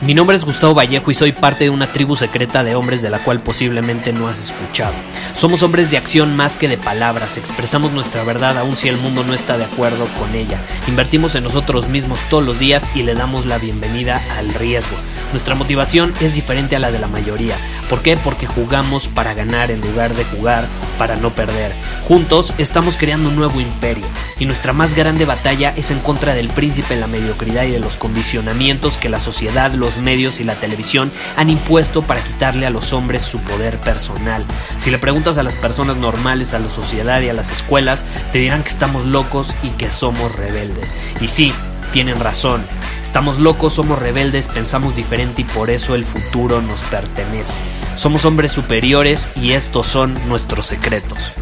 Mi nombre es Gustavo Vallejo y soy parte de una tribu secreta de hombres de la cual posiblemente no has escuchado. Somos hombres de acción más que de palabras, expresamos nuestra verdad aun si el mundo no está de acuerdo con ella. Invertimos en nosotros mismos todos los días y le damos la bienvenida al riesgo. Nuestra motivación es diferente a la de la mayoría. ¿Por qué? Porque jugamos para ganar en lugar de jugar para no perder. Juntos estamos creando un nuevo imperio y nuestra más grande batalla es en contra del príncipe, la mediocridad y de los condicionamientos que la sociedad, los medios y la televisión han impuesto para quitarle a los hombres su poder personal. Si le preguntas a las personas normales, a la sociedad y a las escuelas, te dirán que estamos locos y que somos rebeldes. Y sí, tienen razón. Estamos locos, somos rebeldes, pensamos diferente y por eso el futuro nos pertenece. Somos hombres superiores y estos son nuestros secretos.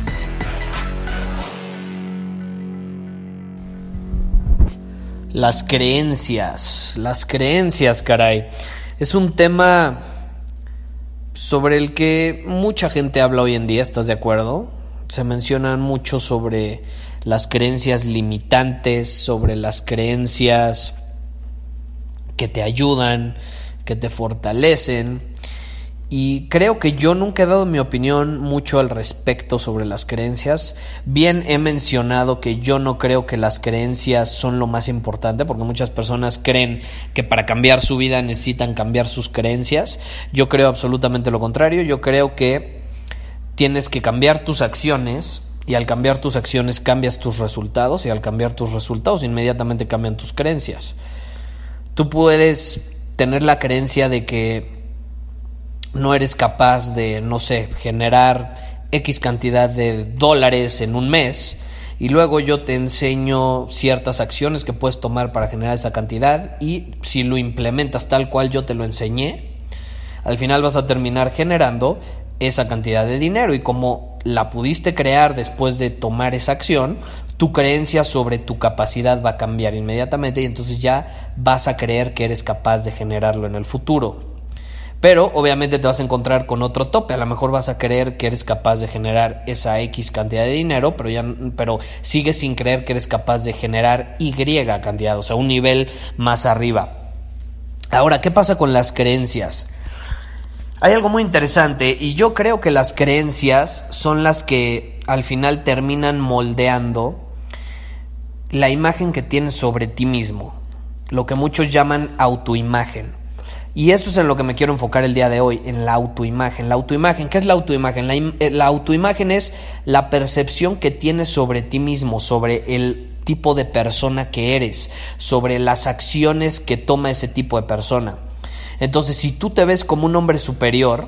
Las creencias, caray. Es un tema sobre el que mucha gente habla hoy en día, ¿estás de acuerdo? Se mencionan mucho sobre las creencias limitantes, sobre las creencias que te ayudan, que te fortalecen. Y creo que yo nunca he dado mi opinión mucho al respecto sobre las creencias. Bien he mencionado que yo no creo que las creencias son lo más importante, porque muchas personas creen que para cambiar su vida necesitan cambiar sus creencias. Yo creo absolutamente lo contrario. Yo creo que tienes que cambiar tus acciones, y al cambiar tus acciones cambias tus resultados, y al cambiar tus resultados inmediatamente cambian tus creencias. Tú puedes tener la creencia de que no eres capaz de, generar X cantidad de dólares en un mes, y luego yo te enseño ciertas acciones que puedes tomar para generar esa cantidad, y si lo implementas tal cual yo te lo enseñé, al final vas a terminar generando esa cantidad de dinero. Y como la pudiste crear después de tomar esa acción, tu creencia sobre tu capacidad va a cambiar inmediatamente, y entonces ya vas a creer que eres capaz de generarlo en el futuro. Pero obviamente te vas a encontrar con otro tope. A lo mejor vas a creer que eres capaz de generar esa X cantidad de dinero, pero sigues sin creer que eres capaz de generar Y cantidad, o sea, un nivel más arriba. Ahora, ¿qué pasa con las creencias? Hay algo muy interesante, y yo creo que las creencias son las que al final terminan moldeando la imagen que tienes sobre ti mismo, lo que muchos llaman autoimagen. Y eso es en lo que me quiero enfocar el día de hoy, en la autoimagen. La autoimagen, ¿qué es la autoimagen? La autoimagen es la percepción que tienes sobre ti mismo, sobre el tipo de persona que eres, sobre las acciones que toma ese tipo de persona. Entonces, si tú te ves como un hombre superior,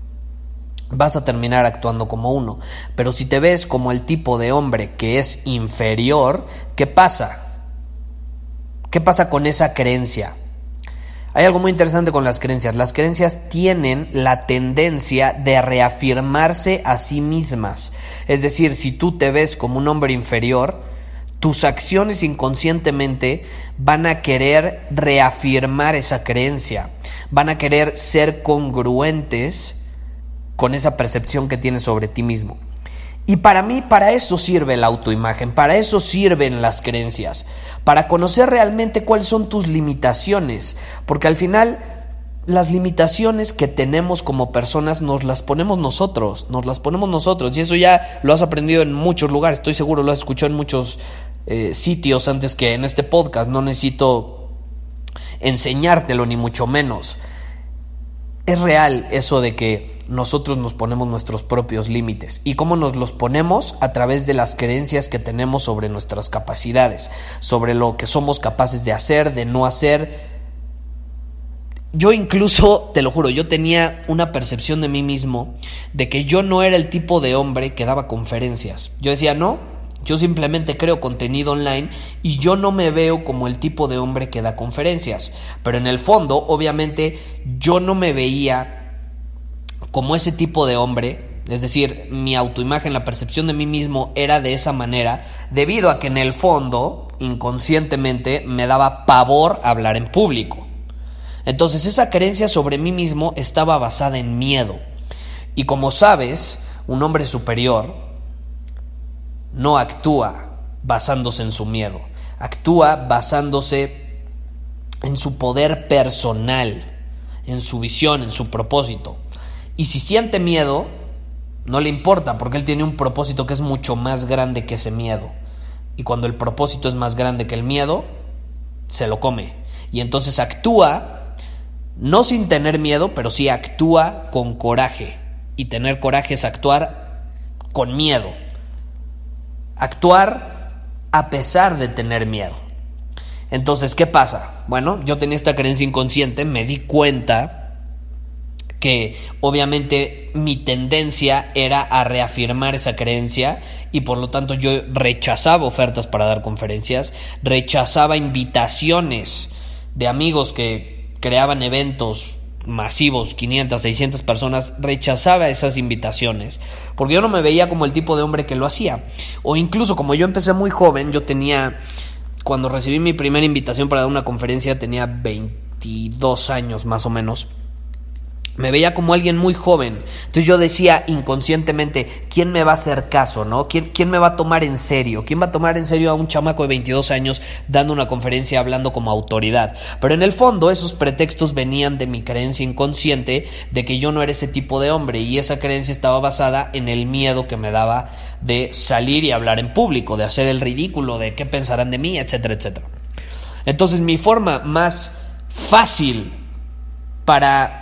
vas a terminar actuando como uno. Pero si te ves como el tipo de hombre que es inferior, ¿qué pasa? ¿Qué pasa con esa creencia? Hay algo muy interesante con las creencias. Las creencias tienen la tendencia de reafirmarse a sí mismas. Es decir, si tú te ves como un hombre inferior, tus acciones inconscientemente van a querer reafirmar esa creencia. Van a querer ser congruentes con esa percepción que tienes sobre ti mismo. Y para mí, para eso sirve la autoimagen, para eso sirven las creencias, para conocer realmente cuáles son tus limitaciones, porque al final las limitaciones que tenemos como personas nos las ponemos nosotros, y eso ya lo has aprendido en muchos lugares, estoy seguro lo has escuchado en muchos sitios antes que en este podcast, no necesito enseñártelo ni mucho menos. Es real eso de que nosotros nos ponemos nuestros propios límites. ¿Y cómo nos los ponemos? A través de las creencias que tenemos sobre nuestras capacidades, sobre lo que somos capaces de hacer, de no hacer. Yo incluso, te lo juro, yo tenía una percepción de mí mismo de que yo no era el tipo de hombre que daba conferencias. Yo decía, no, yo simplemente creo contenido online y yo no me veo como el tipo de hombre que da conferencias. Pero en el fondo, obviamente, yo no me veía como ese tipo de hombre. Es decir, mi autoimagen, la percepción de mí mismo era de esa manera, debido a que en el fondo, inconscientemente, me daba pavor hablar en público. Entonces esa creencia sobre mí mismo estaba basada en miedo. Y como sabes, un hombre superior no actúa basándose en su miedo, actúa basándose en su poder personal. en su visión, en su propósito. Y si siente miedo, no le importa, porque él tiene un propósito que es mucho más grande que ese miedo. Y cuando el propósito es más grande que el miedo, se lo come. Y entonces actúa, no sin tener miedo, pero sí actúa con coraje. Y tener coraje es actuar con miedo. Actuar a pesar de tener miedo. Entonces, ¿qué pasa? Bueno, yo tenía esta creencia inconsciente, me di cuenta que obviamente mi tendencia era a reafirmar esa creencia y por lo tanto yo rechazaba ofertas para dar conferencias, rechazaba invitaciones de amigos que creaban eventos masivos, 500, 600 personas, rechazaba esas invitaciones, porque yo no me veía como el tipo de hombre que lo hacía. O incluso como yo empecé muy joven, cuando recibí mi primera invitación para dar una conferencia tenía 22 años más o menos. Me veía como alguien muy joven. Entonces yo decía inconscientemente, ¿quién me va a hacer caso, no? ¿Quién me va a tomar en serio? ¿Quién va a tomar en serio a un chamaco de 22 años dando una conferencia hablando como autoridad? Pero en el fondo esos pretextos venían de mi creencia inconsciente de que yo no era ese tipo de hombre, y esa creencia estaba basada en el miedo que me daba de salir y hablar en público, de hacer el ridículo, de qué pensarán de mí, etcétera, etcétera. Entonces mi forma más fácil para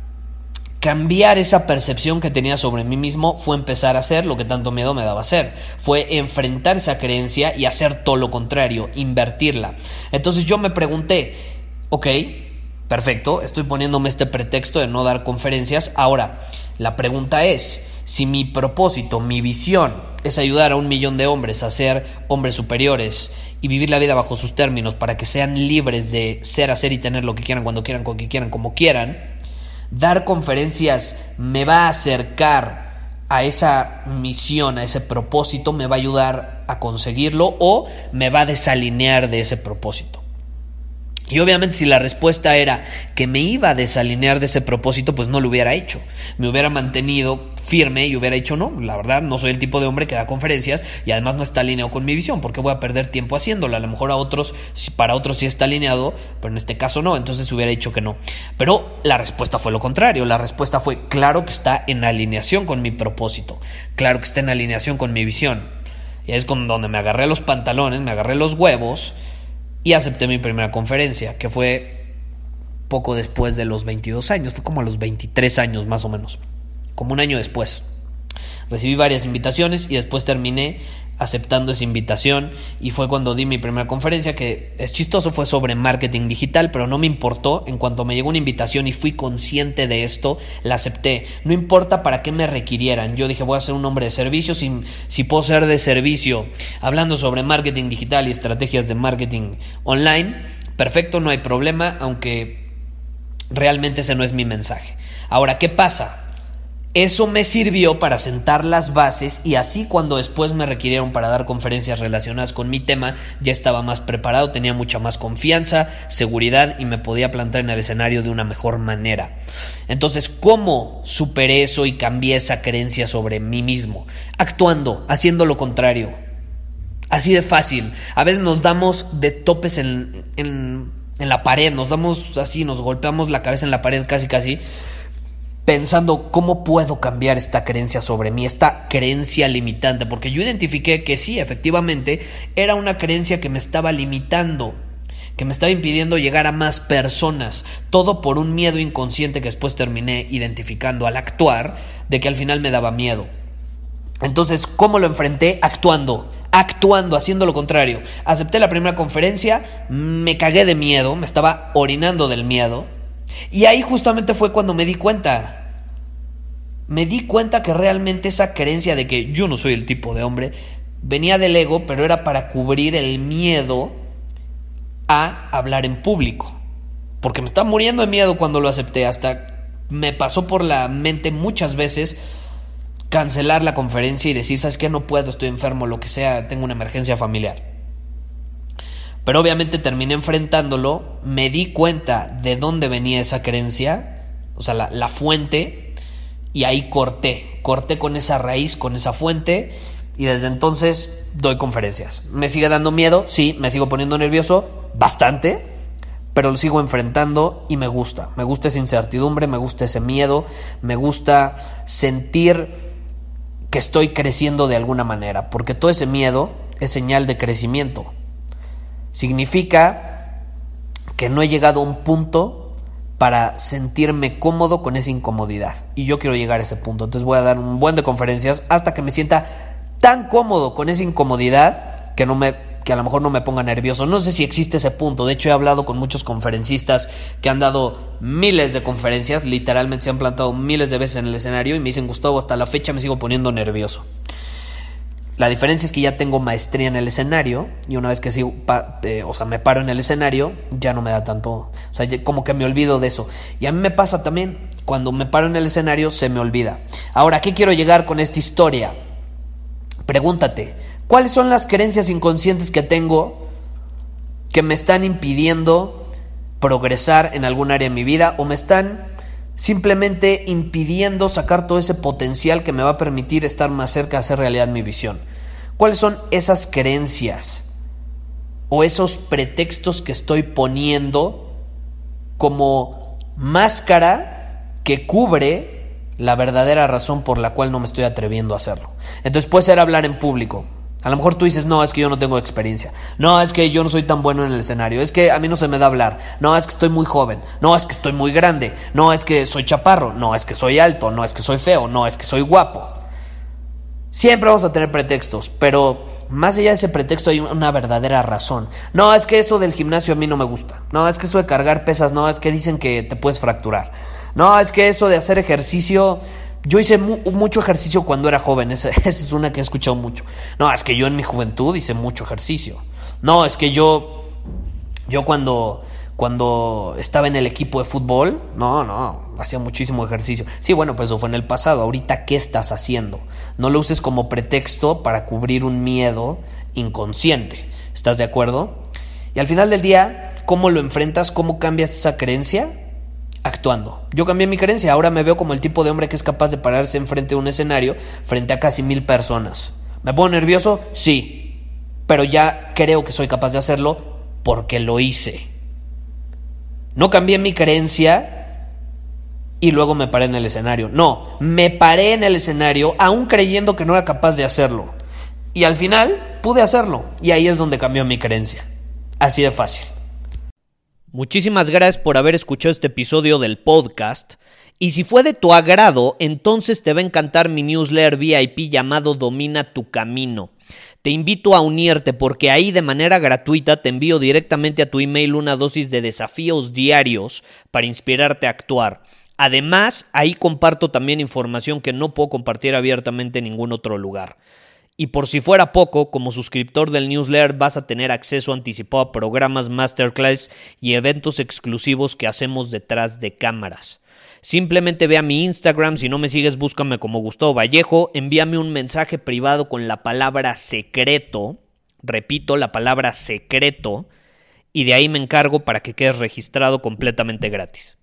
cambiar esa percepción que tenía sobre mí mismo fue empezar a hacer lo que tanto miedo me daba hacer. Fue enfrentar esa creencia y hacer todo lo contrario, invertirla. Entonces yo me pregunté, ok, perfecto, estoy poniéndome este pretexto de no dar conferencias. Ahora, la pregunta es, si mi propósito, mi visión es ayudar a 1 millón de hombres a ser hombres superiores y vivir la vida bajo sus términos para que sean libres de ser, hacer y tener lo que quieran, cuando quieran, con quien quieran, como quieran, dar conferencias me va a acercar a esa misión, a ese propósito, me va a ayudar a conseguirlo o me va a desalinear de ese propósito. Y obviamente si la respuesta era que me iba a desalinear de ese propósito, pues no lo hubiera hecho. Me hubiera mantenido firme y hubiera dicho, no, la verdad no soy el tipo de hombre que da conferencias y además no está alineado con mi visión, porque voy a perder tiempo haciéndolo. A lo mejor para otros sí está alineado, pero en este caso no, entonces hubiera dicho que no. Pero la respuesta fue lo contrario. La respuesta fue, claro que está en alineación con mi propósito, claro que está en alineación con mi visión. Y es con donde me agarré los pantalones, me agarré los huevos y acepté mi primera conferencia, que fue poco después de los 22 años, fue como a los 23 años más o menos, como un año después. Recibí varias invitaciones y después terminé aceptando esa invitación y fue cuando di mi primera conferencia, que es chistoso, fue sobre marketing digital, pero no me importó. En cuanto me llegó una invitación y fui consciente de esto, la acepté. No importa para qué me requirieran. Yo dije, voy a ser un hombre de servicio. Si puedo ser de servicio hablando sobre marketing digital y estrategias de marketing online, perfecto, no hay problema, aunque realmente ese no es mi mensaje. Ahora, ¿qué pasa? Eso me sirvió para sentar las bases y así cuando después me requirieron para dar conferencias relacionadas con mi tema, ya estaba más preparado, tenía mucha más confianza, seguridad y me podía plantar en el escenario de una mejor manera. Entonces, ¿cómo superé eso y cambié esa creencia sobre mí mismo? Actuando, haciendo lo contrario. Así de fácil. A veces nos damos de topes en la pared, nos damos así, nos golpeamos la cabeza en la pared casi, pensando cómo puedo cambiar esta creencia sobre mí, esta creencia limitante, porque yo identifiqué que sí, efectivamente, era una creencia que me estaba limitando, que me estaba impidiendo llegar a más personas, todo por un miedo inconsciente que después terminé identificando al actuar, de que al final me daba miedo. Entonces, ¿cómo lo enfrenté? Actuando, haciendo lo contrario. Acepté la primera conferencia, me cagué de miedo, me estaba orinando del miedo. Y ahí justamente fue cuando me di cuenta que realmente esa creencia de que yo no soy el tipo de hombre venía del ego, pero era para cubrir el miedo a hablar en público, porque me estaba muriendo de miedo cuando lo acepté. Hasta me pasó por la mente muchas veces cancelar la conferencia y decir, ¿sabes qué? No puedo, estoy enfermo, lo que sea, tengo una emergencia familiar. Pero obviamente terminé enfrentándolo, me di cuenta de dónde venía esa creencia, o sea, la fuente, y ahí corté con esa raíz, con esa fuente, y desde entonces doy conferencias. ¿Me sigue dando miedo? Sí. ¿Me sigo poniendo nervioso? Bastante, pero lo sigo enfrentando y me gusta esa incertidumbre, me gusta ese miedo, me gusta sentir que estoy creciendo de alguna manera, porque todo ese miedo es señal de crecimiento. Significa que no he llegado a un punto para sentirme cómodo con esa incomodidad, y yo quiero llegar a ese punto. Entonces voy a dar un buen de conferencias hasta que me sienta tan cómodo con esa incomodidad que a lo mejor no me ponga nervioso. No sé si existe ese punto. De hecho, he hablado con muchos conferencistas que han dado miles de conferencias, literalmente se han plantado miles de veces en el escenario y me dicen: Gustavo, hasta la fecha me sigo poniendo nervioso. La diferencia es que ya tengo maestría en el escenario, y una vez que me paro en el escenario, ya no me da tanto, como que me olvido de eso. Y a mí me pasa también, cuando me paro en el escenario se me olvida. Ahora, ¿a qué quiero llegar con esta historia? Pregúntate, ¿cuáles son las creencias inconscientes que tengo que me están impidiendo progresar en algún área de mi vida, o me están simplemente impidiendo sacar todo ese potencial que me va a permitir estar más cerca de hacer realidad mi visión? ¿Cuáles son esas creencias o esos pretextos que estoy poniendo como máscara que cubre la verdadera razón por la cual no me estoy atreviendo a hacerlo? Entonces puede ser hablar en público. A lo mejor tú dices: no, es que yo no tengo experiencia, no, es que yo no soy tan bueno en el escenario, es que a mí no se me da hablar, no, es que estoy muy joven, no, es que estoy muy grande, no, es que soy chaparro, no, es que soy alto, no, es que soy feo, no, es que soy guapo. Siempre vamos a tener pretextos, pero más allá de ese pretexto hay una verdadera razón. No, es que eso del gimnasio a mí no me gusta, no, es que eso de cargar pesas, no, es que dicen que te puedes fracturar, no, es que eso de hacer ejercicio... Yo hice mucho ejercicio cuando era joven, esa es una que he escuchado mucho. No, es que yo en mi juventud hice mucho ejercicio. No, es que yo cuando estaba en el equipo de fútbol, no, hacía muchísimo ejercicio. Sí, bueno, pues eso fue en el pasado. Ahorita, ¿qué estás haciendo? No lo uses como pretexto para cubrir un miedo inconsciente. ¿Estás de acuerdo? Y al final del día, ¿cómo lo enfrentas? ¿Cómo cambias esa creencia? Actuando. Yo cambié mi creencia, ahora me veo como el tipo de hombre que es capaz de pararse enfrente de un escenario frente a casi 1,000 personas. ¿Me pongo nervioso? Sí, pero ya creo que soy capaz de hacerlo porque lo hice. No cambié mi creencia y luego me paré en el escenario. No, me paré en el escenario aún creyendo que no era capaz de hacerlo, y al final pude hacerlo, y ahí es donde cambió mi creencia. Así de fácil. Muchísimas gracias por haber escuchado este episodio del podcast, y si fue de tu agrado, entonces te va a encantar mi newsletter VIP llamado Domina tu Camino. Te invito a unirte porque ahí de manera gratuita te envío directamente a tu email una dosis de desafíos diarios para inspirarte a actuar. Además, ahí comparto también información que no puedo compartir abiertamente en ningún otro lugar. Y por si fuera poco, como suscriptor del newsletter vas a tener acceso anticipado a programas, masterclass y eventos exclusivos que hacemos detrás de cámaras. Simplemente ve a mi Instagram, si no me sigues búscame como Gustavo Vallejo, envíame un mensaje privado con la palabra secreto, repito, la palabra secreto, y de ahí me encargo para que quedes registrado completamente gratis.